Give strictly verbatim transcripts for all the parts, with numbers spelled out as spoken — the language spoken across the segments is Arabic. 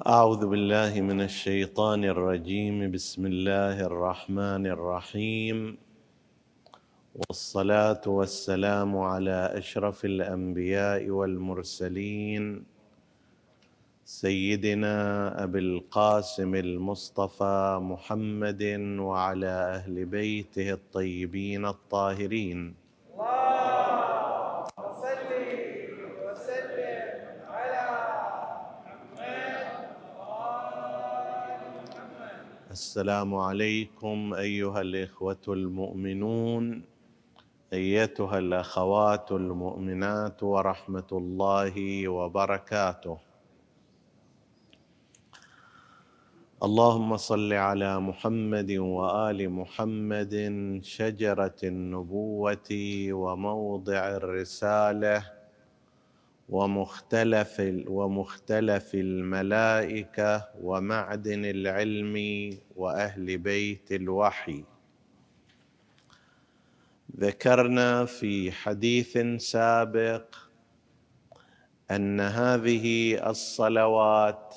أعوذ بالله من الشيطان الرجيم. بسم الله الرحمن الرحيم، والصلاة والسلام على أشرف الأنبياء والمرسلين سيدنا أبي القاسم المصطفى محمد وعلى أهل بيته الطيبين الطاهرين. السلام عليكم أيها الإخوة المؤمنون، أيتها الأخوات المؤمنات، ورحمة الله وبركاته. اللهم صل على محمد وآل محمد، شجرة النبوة وموضع الرسالة ومختلف ومختلف الملائكة ومعدن العلم وأهل بيت الوحي. ذكرنا في حديث سابق أن هذه الصلوات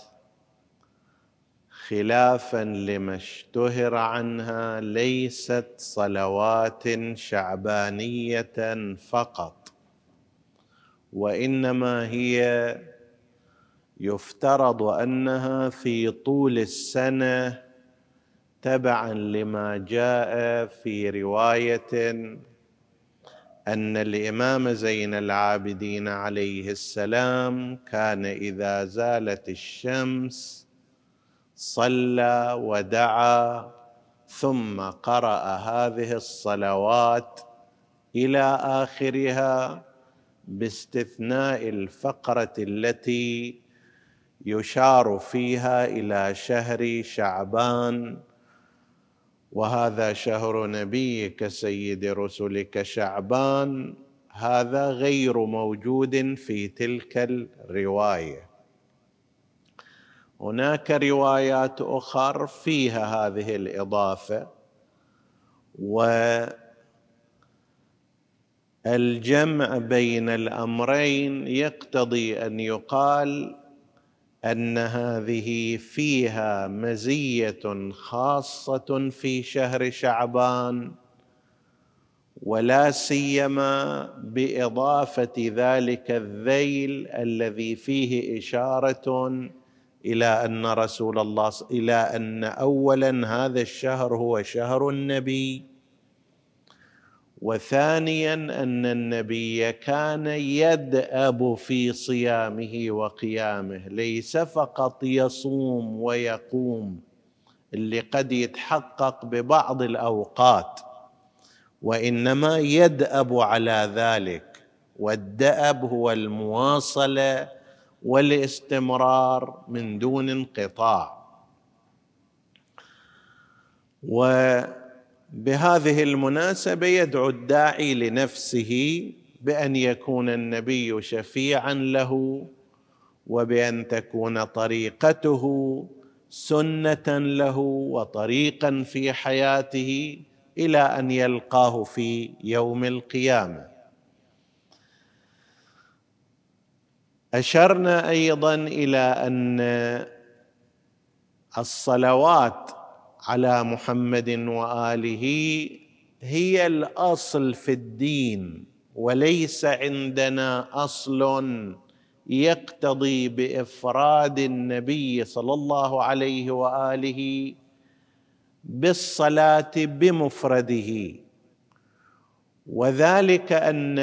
خلافاً لما اشتهر عنها ليست صلوات شعبانية فقط، وإنما هي يفترض أنها في طول السنة، تبعاً لما جاء في رواية أن الإمام زين العابدين عليه السلام كان إذا زالت الشمس صلى ودعا ثم قرأ هذه الصلوات إلى آخرها، باستثناء الفقرة التي يشار فيها إلى شهر شعبان، وهذا شهر نبيك سيد رسلك شعبان، هذا غير موجود في تلك الرواية. هناك روايات أخرى فيها هذه الإضافة، والجمع بين الأمرين يقتضي أن يقال أن هذه فيها مزية خاصة في شهر شعبان، ولا سيما بإضافة ذلك الذيل الذي فيه إشارة إلى أن رسول الله إلى أن أولاً هذا الشهر هو شهر النبي، وثانياً أن النبي كان يدأب في صيامه وقيامه، ليس فقط يصوم ويقوم اللي قد يتحقق ببعض الأوقات، وإنما يدأب على ذلك، والدأب هو المواصلة والاستمرار من دون انقطاع. وبهذه المناسبة يدعو الداعي لنفسه بأن يكون النبي شفيعاً له، وبأن تكون طريقته سنة له وطريقاً في حياته إلى أن يلقاه في يوم القيامة. أشرنا أيضاً إلى أن الصلوات على محمد وآله هي الأصل في الدين، وليس عندنا أصل يقتضي بإفراد النبي صلى الله عليه وآله بالصلاة بمفرده، وذلك أن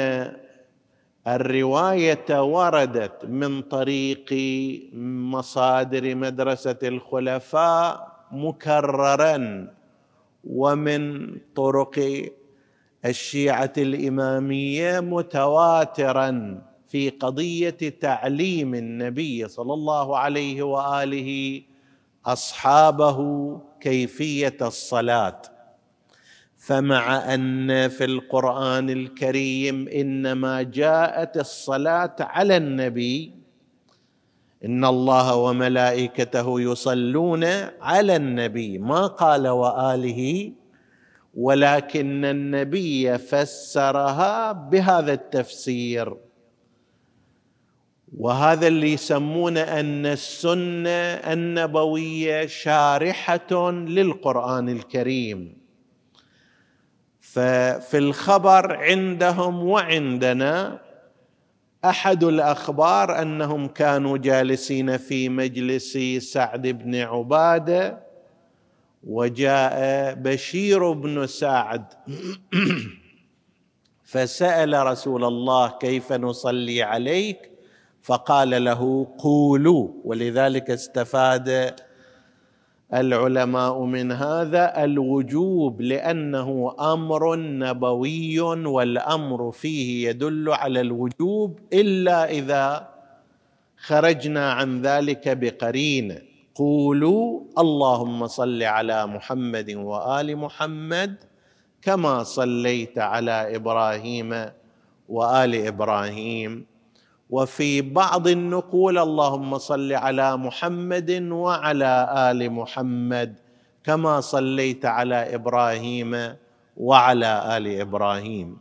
الرواية وردت من طريق مصادر مدرسة الخلفاء مكرراً، ومن طرق الشيعة الإمامية متواتراً في قضية تعليم النبي صلى الله عليه وآله أصحابه كيفية الصلاة. فمع أن في القرآن الكريم إنما جاءت الصلاة على النبي، إن الله وملائكته يصلون على النبي، ما قال وآله، ولكن النبي فسرها بهذا التفسير، وهذا اللي يسمونه أن السنة النبوية شارحة للقرآن الكريم. ففي الخبر عندهم وعندنا أحد الأخبار أنهم كانوا جالسين في مجلس سعد بن عبادة، وجاء بشير بن سعد فسأل رسول الله كيف نصلي عليك، فقال له قولوا. ولذلك استفاد العلماء من هذا الوجوب، لأنه أمر نبوي والأمر فيه يدل على الوجوب إلا إذا خرجنا عن ذلك بقرينة. قولوا اللهم صل على محمد وآل محمد كما صليت على إبراهيم وآل إبراهيم. وفي بعض النقول اللهم صل على محمد وعلى آل محمد كما صليت على إبراهيم وعلى آل إبراهيم.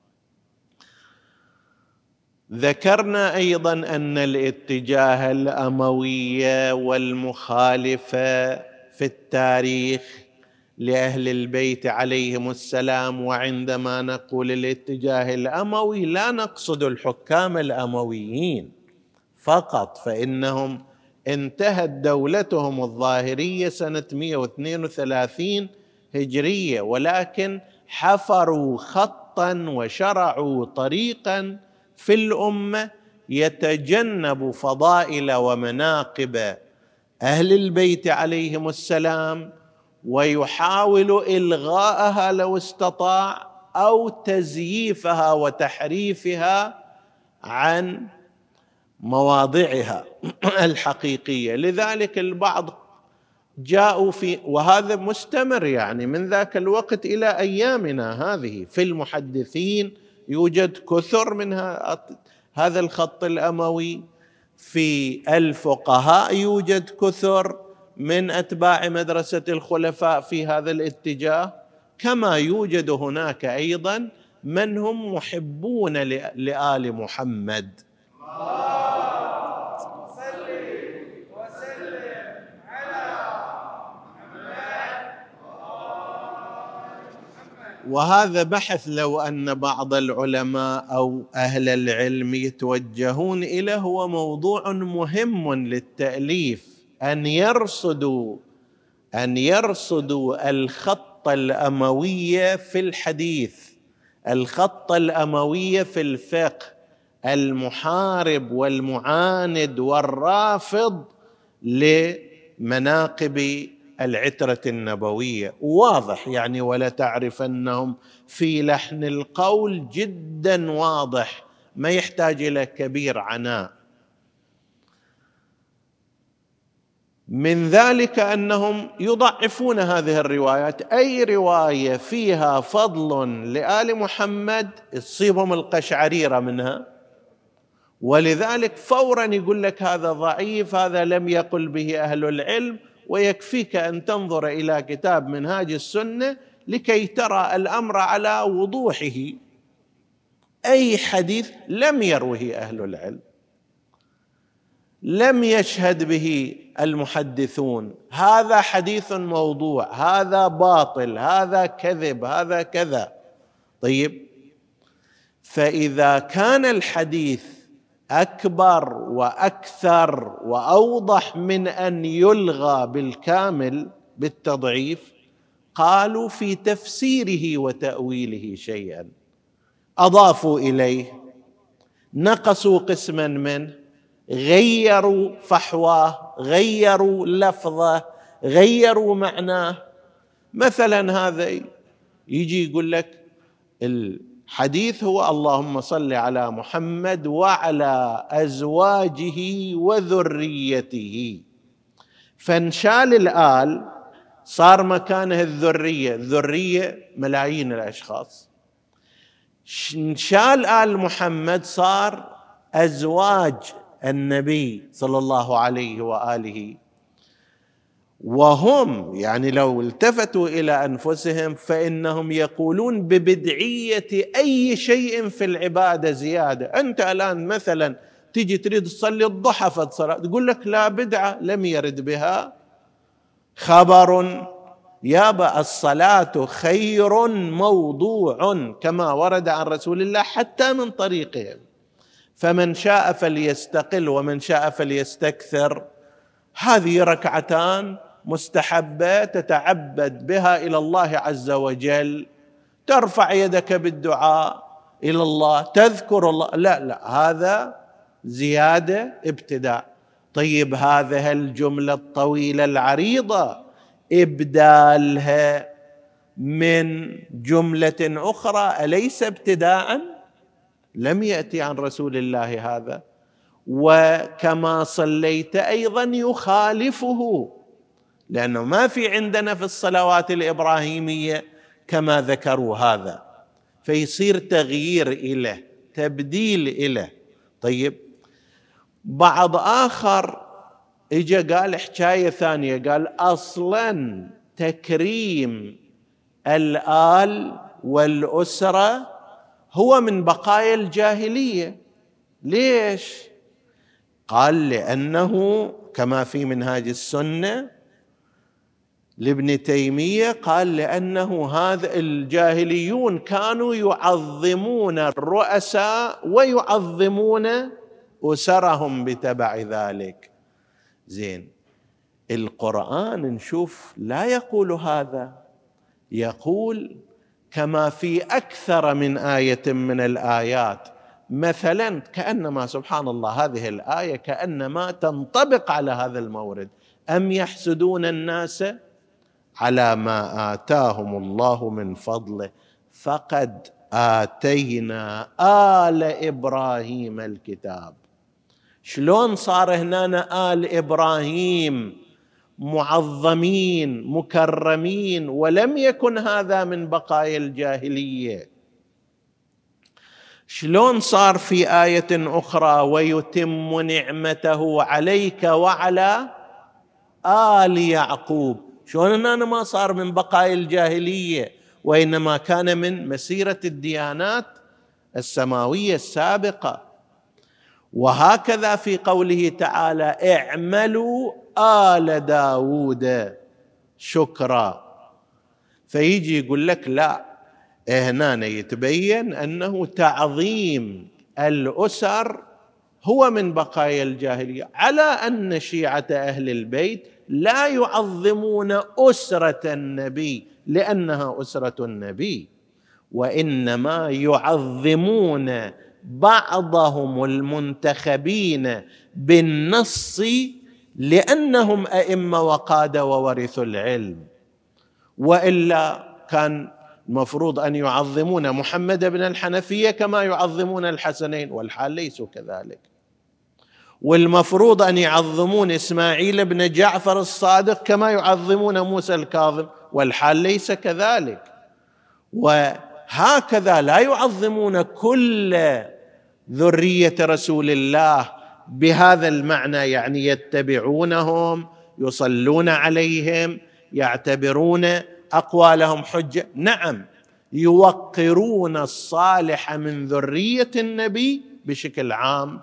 ذكرنا أيضا أن الاتجاه الأموي والمخالفة في التاريخ لأهل البيت عليهم السلام. وعندما نقول الاتجاه الأموي لا نقصد الحكام الأمويين فقط، فإنهم انتهت دولتهم الظاهرية سنة مئة واثنين وثلاثين هجرية، ولكن حفروا خطا وشرعوا طريقا في الأمة يتجنب فضائل ومناقب أهل البيت عليهم السلام، ويحاول إلغاءها لو استطاع أو تزييفها وتحريفها عن مواضعها الحقيقية. لذلك البعض جاءوا في، وهذا مستمر يعني من ذاك الوقت إلى أيامنا هذه، في المحدثين يوجد كثر من هذا الخط الأموي، في الفقهاء يوجد كثر من أتباع مدرسة الخلفاء في هذا الاتجاه، كما يوجد هناك أيضا من هم محبون لآل محمد. اللهم صل وسلم على محمد. وهذا بحث لو أن بعض العلماء أو أهل العلم يتوجهون إليه، هو موضوع مهم للتأليف، أن يرصدوا أن يرصدوا الخط الأموي في الحديث، الخط الأموي في الفقه، المحارب والمعاند والرافض لمناقب العترة النبوية. واضح يعني، ولا تعرفنهم في لحن القول جدا واضح، ما يحتاج إلى كبير عناء. من ذلك أنهم يضعفون هذه الروايات، أي رواية فيها فضل لآل محمد تصيبهم القشعريرة منها، ولذلك فورا يقول لك هذا ضعيف، هذا لم يقل به أهل العلم. ويكفيك أن تنظر إلى كتاب منهاج السنة لكي ترى الأمر على وضوحه. أي حديث لم يروه أهل العلم، لم يشهد به المحدثون، هذا حديث موضوع، هذا باطل، هذا كذب، هذا كذا. طيب، فإذا كان الحديث أكبر وأكثر وأوضح من أن يلغى بالكامل بالتضعيف، قالوا في تفسيره وتأويله شيئا، أضافوا إليه، نقصوا قسما منه، غيروا فحواه، غيروا لفظه، غيروا معناه. مثلا هذا يجي يقول لك الحديث هو اللهم صل على محمد وعلى أزواجه وذريته، فانشال الآل صار مكانه الذرية، الذرية ملايين الأشخاص، انشال آل محمد صار أزواج النبي صلى الله عليه وآله. وهم يعني لو التفتوا إلى أنفسهم فإنهم يقولون ببدعية أي شيء في العبادة زيادة. أنت الآن مثلا تيجي تريد تصلي الضحى فد صلاة تقول لك لا بدعة، لم يرد بها خبر. يابا الصلاة خير موضوع كما ورد عن رسول الله حتى من طريقهم، فمن شاء فليستقل ومن شاء فليستكثر. هذه ركعتان مستحبة تتعبد بها إلى الله عز وجل، ترفع يدك بالدعاء إلى الله، تذكر الله. لا لا، هذا زيادة ابتداء. طيب هذه الجملة الطويلة العريضة إبدالها من جملة أخرى أليس ابتداء؟ لم يأتي عن رسول الله هذا. وكما صليت أيضا يخالفه، لأنه ما في عندنا في الصلوات الإبراهيمية كما ذكروا هذا، فيصير تغيير إله، تبديل إله. طيب بعض آخر إجا قال حكاية ثانية، قال أصلا تكريم الآل والأسرة هو من بقايا الجاهلية. ليش؟ قال لأنه كما في منهاج السنة لابن تيمية، قال لأنه هذا الجاهليون كانوا يعظمون الرؤساء ويعظمون أسرهم بتبع ذلك. زين، القرآن نشوف لا يقول هذا، يقول كما في أكثر من آية من الآيات، مثلا كأنما سبحان الله هذه الآية كأنما تنطبق على هذا المورد: أم يحسدون الناس على ما آتاهم الله من فضله فقد آتينا آل إبراهيم الكتاب. شلون صار هنا آل إبراهيم معظمين مكرمين ولم يكن هذا من بقايا الجاهلية؟ شلون صار في آية أخرى ويتم نعمته عليك وعلى آل يعقوب؟ شلون هنا ما صار من بقايا الجاهلية وإنما كان من مسيرة الديانات السماوية السابقة؟ وهكذا في قوله تعالى: اعملوا آل داود شكرا. فيجي يقول لك لا، هنا يتبين أنه تعظيم الأسر هو من بقايا الجاهلية، على أن شيعة أهل البيت لا يعظمون أسرة النبي لأنها أسرة النبي، وإنما يعظمون بعضهم المنتخبين بالنص لأنهم أئمة وقادة وورثوا العلم، وإلا كان المفروض أن يعظمون محمد بن الحنفية كما يعظمون الحسنين، والحال ليسوا كذلك. والمفروض أن يعظمون إسماعيل بن جعفر الصادق كما يعظمون موسى الكاظم، والحال ليس كذلك. وهكذا لا يعظمون كل ذرية رسول الله بهذا المعنى، يعني يتبعونهم، يصلون عليهم، يعتبرون أقوالهم حجة. نعم، يوقرون الصالح من ذرية النبي بشكل عام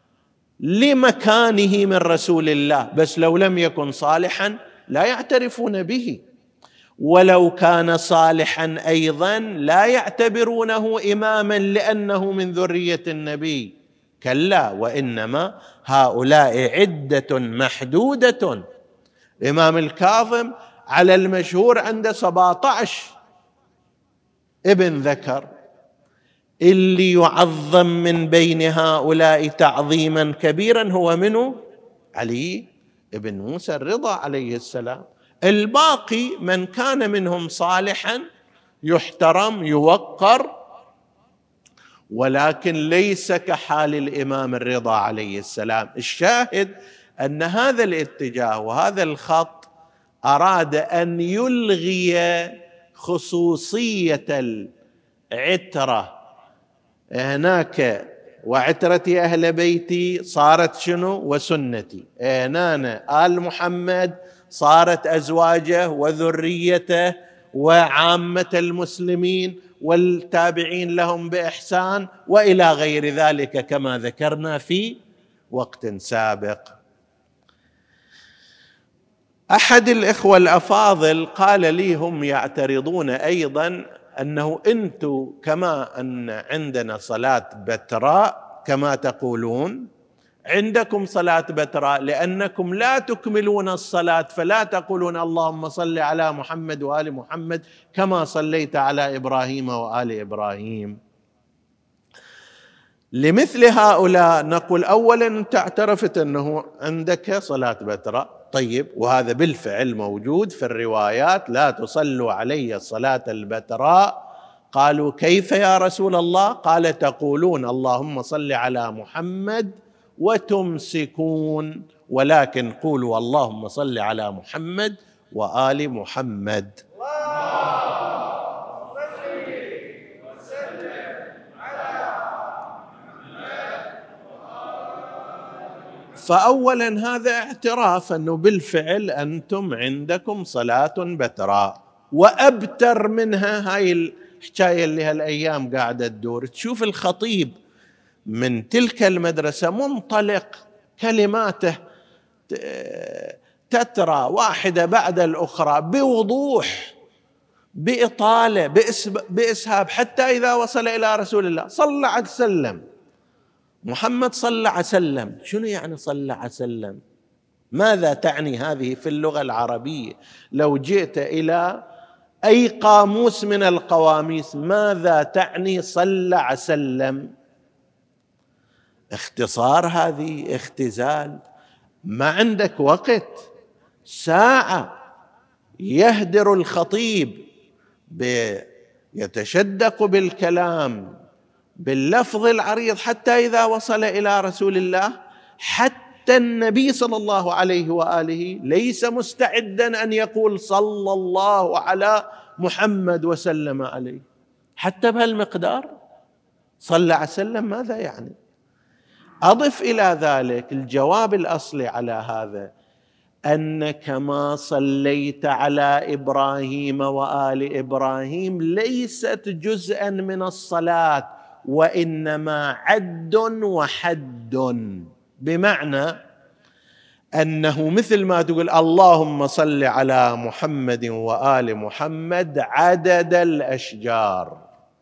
لمكانه من رسول الله، بس لو لم يكن صالحا لا يعترفون به، ولو كان صالحا أيضا لا يعتبرونه إماما لأنه من ذرية النبي. كلا، وإنما هؤلاء عدة محدودة. الإمام الكاظم على المشهور عنده سبعة عشر ابن ذكر، اللي يعظم من بين هؤلاء تعظيما كبيرا هو منه؟ علي ابن موسى الرضا عليه السلام. الباقي من كان منهم صالحا يحترم يوقر، ولكن ليس كحال الإمام الرضا عليه السلام. الشاهد أن هذا الاتجاه وهذا الخط أراد أن يلغي خصوصية العترة هناك، وعترتي أهل بيتي صارت شنو؟ وسنتي. هنا آل محمد صارت أزواجه وذريته وعامة المسلمين والتابعين لهم بإحسان وإلى غير ذلك، كما ذكرنا في وقت سابق. أحد الإخوة الأفاضل قال لي هم يعترضون أيضا أنه أنتم كما أن عندنا صلاة بتراء كما تقولون، عندكم صلاة بتراء لأنكم لا تكملون الصلاة، فلا تقولون اللهم صل على محمد وآل محمد كما صليت على إبراهيم وآل إبراهيم. لمثل هؤلاء نقول أولا أنت اعترفت أنه عندك صلاة بتراء، طيب، وهذا بالفعل موجود في الروايات، لا تصلوا علي صلاة البتراء. قالوا كيف يا رسول الله؟ قال تقولون اللهم صل على محمد وتمسكون، ولكن قولوا اللهم صل على محمد وآل محمد. فأولا هذا اعتراف أنه بالفعل أنتم عندكم صلاة بتراء. وأبتر منها هاي الحكاية اللي هالأيام قاعدة تدور، تشوف الخطيب من تلك المدرسة منطلق كلماته تترى واحدة بعد الأخرى بوضوح بإطالة بإسهاب، حتى إذا وصل إلى رسول الله صلى الله عليه وسلم، محمد صلى الله عليه وسلم. شنو يعني صلى الله عليه وسلم؟ ماذا تعني هذه في اللغة العربية؟ لو جئت إلى أي قاموس من القواميس ماذا تعني صلى الله عليه وسلم؟ اختصار، هذه اختزال. ما عندك وقت، ساعة يهدر الخطيب يتشدق بالكلام باللفظ العريض حتى إذا وصل إلى رسول الله، حتى النبي صلى الله عليه وآله ليس مستعدا أن يقول صلى الله على محمد وسلم عليه، حتى بهالمقدار صلى الله عليه وسلم. ماذا يعني؟ أضف إلى ذلك الجواب الأصلي على هذا، أنك ما صليت على إبراهيم وآل إبراهيم ليست جزءا من الصلاة، وإنما عد وحد، بمعنى أنه مثل ما تقول اللهم صل على محمد وآل محمد عدد الأشجار،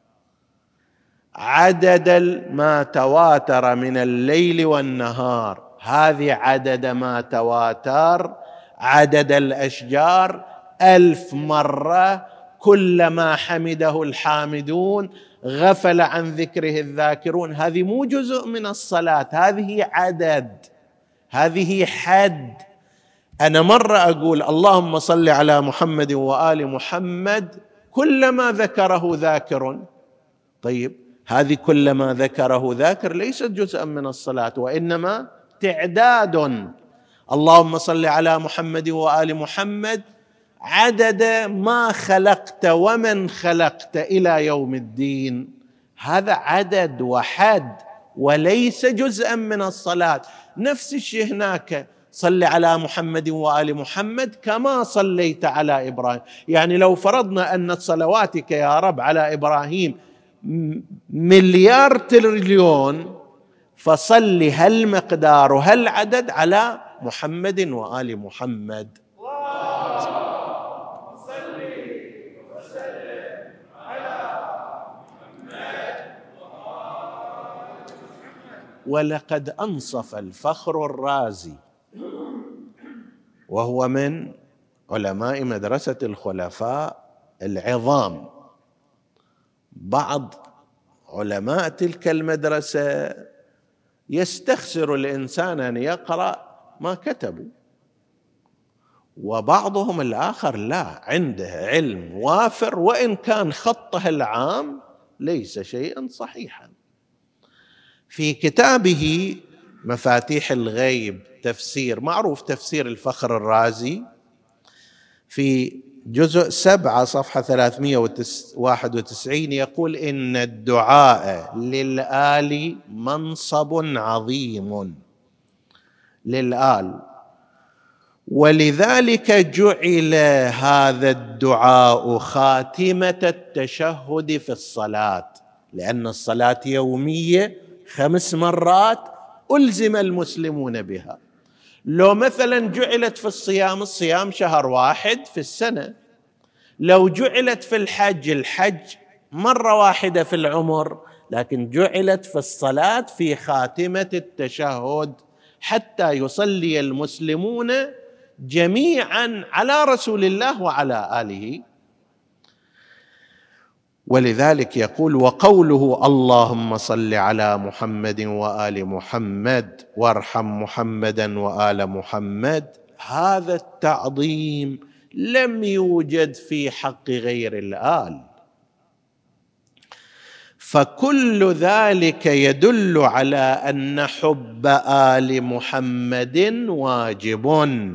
عدد ما تواتر من الليل والنهار، هذه عدد ما تواتر، عدد الأشجار ألف مرة، كلما حمده الحامدون غفل عن ذكره الذاكرون. هذه مو جزء من الصلاة، هذه عدد، هذه حد. أنا مرة أقول اللهم صل على محمد وآل محمد كلما ذكره ذاكر، طيب هذه كلما ذكره ذاكر ليست جزءا من الصلاة، وإنما تعداد. اللهم صل على محمد وآل محمد عدد ما خلقت ومن خلقت إلى يوم الدين، هذا عدد وحد وليس جزءا من الصلاة. نفس الشيء هناك، صل على محمد وآل محمد كما صليت على إبراهيم. يعني لو فرضنا أن صلواتك يا رب على إبراهيم مليار تريليون، فصل هالمقدار وهالعدد على محمد وآل محمد. ولقد أنصف الفخر الرازي، وهو من علماء مدرسة الخلفاء العظام، بعض علماء تلك المدرسة يستخسر الإنسان أن يقرأ ما كتبوا، وبعضهم الآخر لا، عنده علم وافر وإن كان خطه العام ليس شيئا صحيحا. في كتابه مفاتيح الغيب، تفسير معروف، تفسير الفخر الرازي، في جزء سبعة صفحة ثلاثمائة وواحد وتسعين يقول إن الدعاء للآل منصب عظيم، للآل، ولذلك جعل هذا الدعاء خاتمة التشهد في الصلاة، لأن الصلاة يومية خمس مرات ألزم المسلمون بها. لو مثلا جعلت في الصيام، الصيام شهر واحد في السنة، لو جعلت في الحج، الحج مرة واحدة في العمر، لكن جعلت في الصلاة في خاتمة التشهد حتى يصلي المسلمون جميعا على رسول الله وعلى آله. ولذلك يقول: وقوله اللهم صل على محمد وآل محمد وارحم محمدا وآل محمد، هذا التعظيم لم يوجد في حق غير الآل، فكل ذلك يدل على أن حب آل محمد واجب.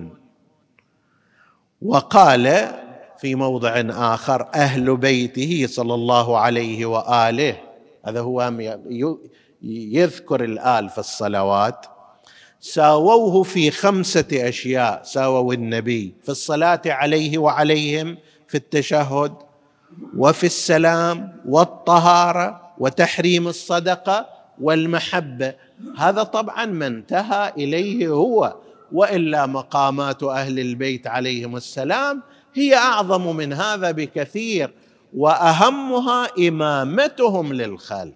وقال في موضع آخر: أهل بيته صلى الله عليه وآله، هذا هو يذكر الآل في الصلوات، ساووه في خمسة أشياء. ساووا النبي في الصلاة عليه وعليهم في التشهد، وفي السلام، والطهارة، وتحريم الصدقة، والمحبة. هذا طبعا ما انتهى إليه هو، وإلا مقامات أهل البيت عليهم السلام هي أعظم من هذا بكثير، وأهمها إمامتهم للخلق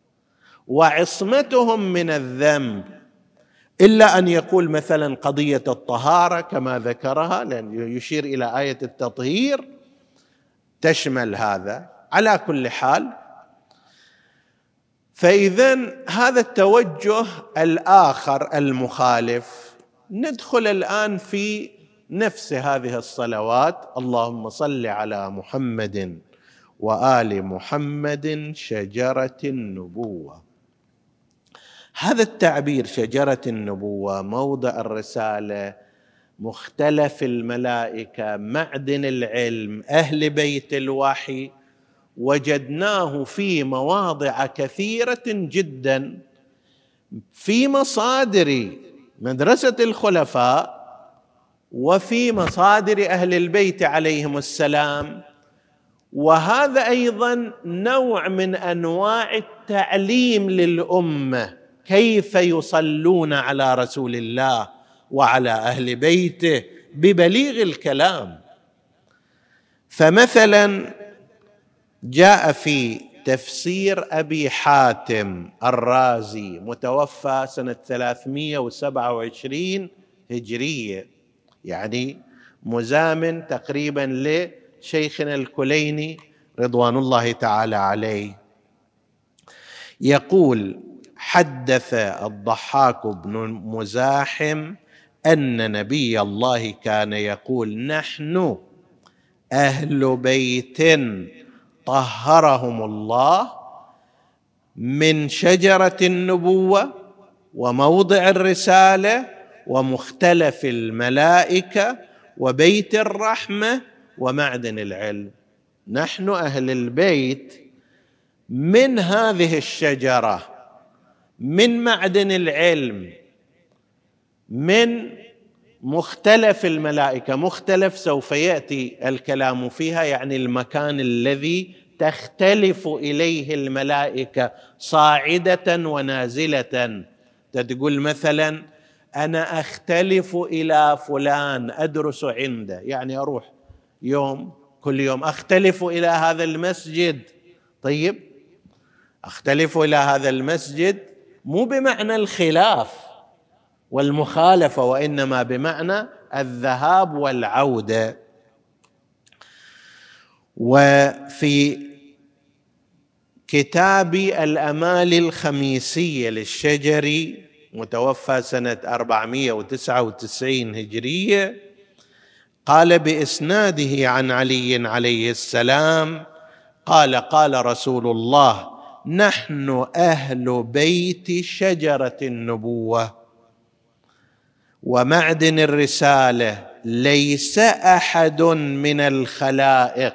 وعصمتهم من الذنب، إلا أن يقول مثلا قضية الطهارة كما ذكرها، لأن يشير إلى آية التطهير تشمل هذا. على كل حال، فإذن هذا التوجه الآخر المخالف. ندخل الآن في نفس هذه الصلوات: اللهم صل على محمد وآل محمد شجرة النبوة. هذا التعبير شجرة النبوة، موضع الرسالة، مختلف الملائكة، معدن العلم، أهل بيت الوحي، وجدناه في مواضع كثيرة جدا في مصادر مدرسة الخلفاء وفي مصادر أهل البيت عليهم السلام. وهذا أيضا نوع من أنواع التعليم للأمة، كيف يصلون على رسول الله وعلى أهل بيته ببليغ الكلام. فمثلا جاء في تفسير أبي حاتم الرازي متوفى سنة ثلاثمئة وسبعة وعشرين هجرية، يعني مزامن تقريبا لشيخنا الكليني رضوان الله تعالى عليه، يقول: حدث الضحاك بن مزاحم أن نبي الله كان يقول: نحن أهل بيت طهرهم الله من شجرة النبوة وموضع الرسالة ومختلف الملائكة وبيت الرحمة ومعدن العلم. نحن أهل البيت من هذه الشجرة، من معدن العلم، من مختلف الملائكة. مختلف سوف يأتي الكلام فيها، يعني المكان الذي تختلف إليه الملائكة صاعدة ونازلة. تقول مثلا: أنا أختلف إلى فلان أدرس عنده، يعني أروح يوم كل يوم أختلف إلى هذا المسجد. طيب، أختلف إلى هذا المسجد مو بمعنى الخلاف والمخالفة، وإنما بمعنى الذهاب والعودة. وفي كتاب الأمال الخميسية للشجري متوفى سنة أربعمئة وتسعة وتسعين هجرية، قال بإسناده عن علي عليه السلام قال: قال رسول الله: نحن أهل بيت شجرة النبوة ومعدن الرسالة، ليس أحد من الخلائق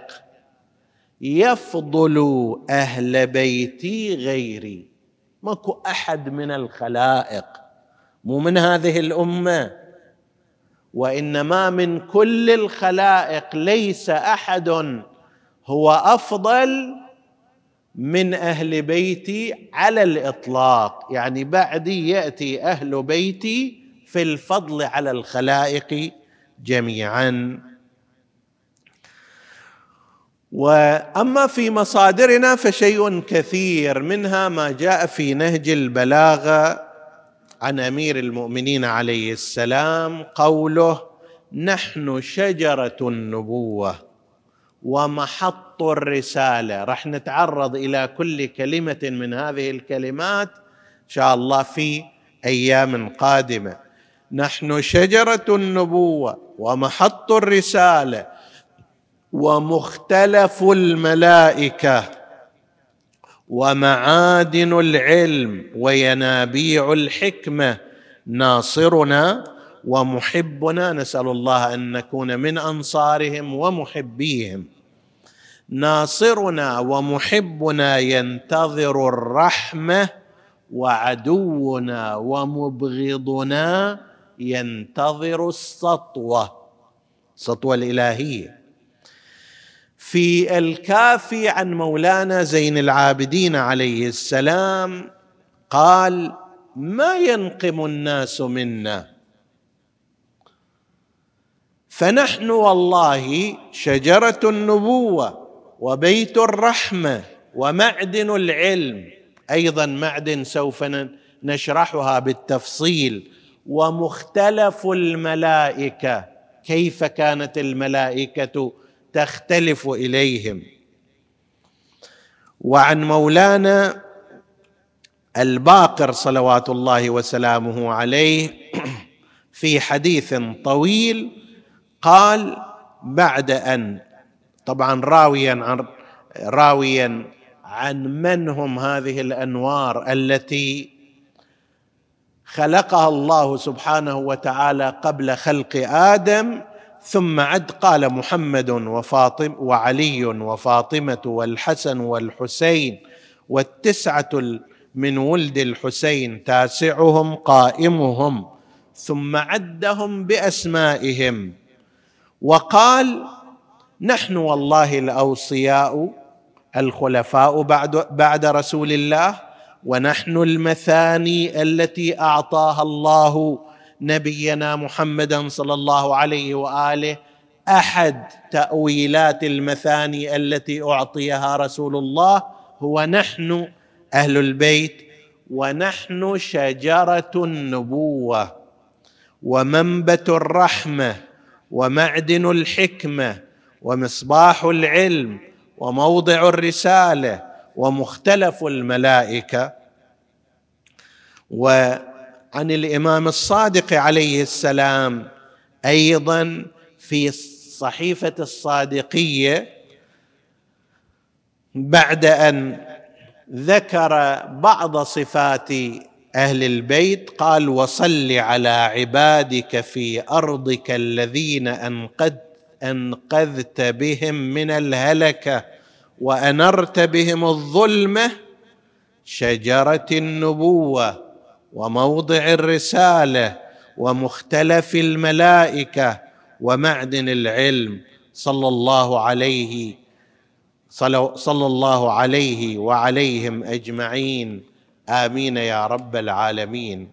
يفضل أهل بيتي غيري. ماكو أحد من الخلائق، مو من هذه الأمة، وإنما من كل الخلائق، ليس أحد هو أفضل من أهل بيتي على الإطلاق، يعني بعدي يأتي أهل بيتي في الفضل على الخلائق جميعا. وأما في مصادرنا فشيء كثير، منها ما جاء في نهج البلاغة عن أمير المؤمنين عليه السلام قوله: نحن شجرة النبوة ومحط الرسالة. رح نتعرض إلى كل كلمة من هذه الكلمات إن شاء الله في أيام قادمة. نحن شجرة النبوة ومحط الرسالة ومختلف الملائكة ومعادن العلم وينابيع الحكمة، ناصرنا ومحبنا، نسأل الله أن نكون من أنصارهم ومحبيهم. ناصرنا ومحبنا ينتظر الرحمة، وعدونا ومبغضنا ينتظر السطوة، السطوة الإلهية. في الكافي عن مولانا زين العابدين عليه السلام قال: ما ينقم الناس منا، فنحن والله شجرة النبوة وبيت الرحمة ومعدن العلم، أيضا معدن سوف نشرحها بالتفصيل، ومختلف الملائكة، كيف كانت الملائكة تختلف إليهم. وعن مولانا الباقر صلوات الله وسلامه عليه في حديث طويل قال، بعد أن طبعا راويا عن راويا عن من هم هذه الأنوار التي خلقها الله سبحانه وتعالى قبل خلق آدم، ثم عد قال: محمد وفاطمة وعلي وفاطمة والحسن والحسين والتسعة من ولد الحسين تاسعهم قائمهم، ثم عدهم بأسمائهم وقال: نحن والله الأوصياء الخلفاء بعد, بعد رسول الله، ونحن المثاني التي أعطاها الله نبينا محمدا صلى الله عليه وآله. أحد تأويلات المثاني التي أعطيها رسول الله هو نحن أهل البيت، ونحن شجرة النبوة ومنبت الرحمة ومعدن الحكمة ومصباح العلم وموضع الرسالة ومختلف الملائكة. وعن الإمام الصادق عليه السلام أيضا في صحيفة الصادقية بعد أن ذكر بعض صفات أهل البيت قال: وصل على عبادك في أرضك الذين أنقذ أنقذت بهم من الهلكة وأنرت بهم الظلمة، شجرة النبوة وموضع الرسالة ومختلف الملائكة ومعدن العلم، صلى الله عليه صلى الله عليه وعليهم أجمعين، آمين يا رب العالمين.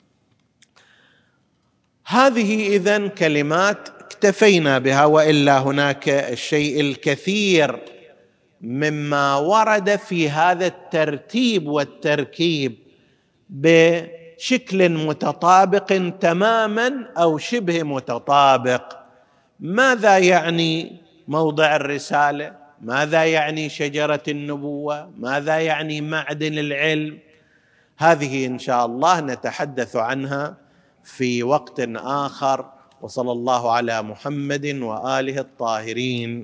هذه إذن كلمات اكتفينا بها، وإلا هناك الشيء الكثير مما ورد في هذا الترتيب والتركيب بشكل متطابق تماما أو شبه متطابق. ماذا يعني موضع الرسالة؟ ماذا يعني شجرة النبوة؟ ماذا يعني معدن العلم؟ هذه إن شاء الله نتحدث عنها في وقت آخر. وصلى الله على محمد وآله الطاهرين.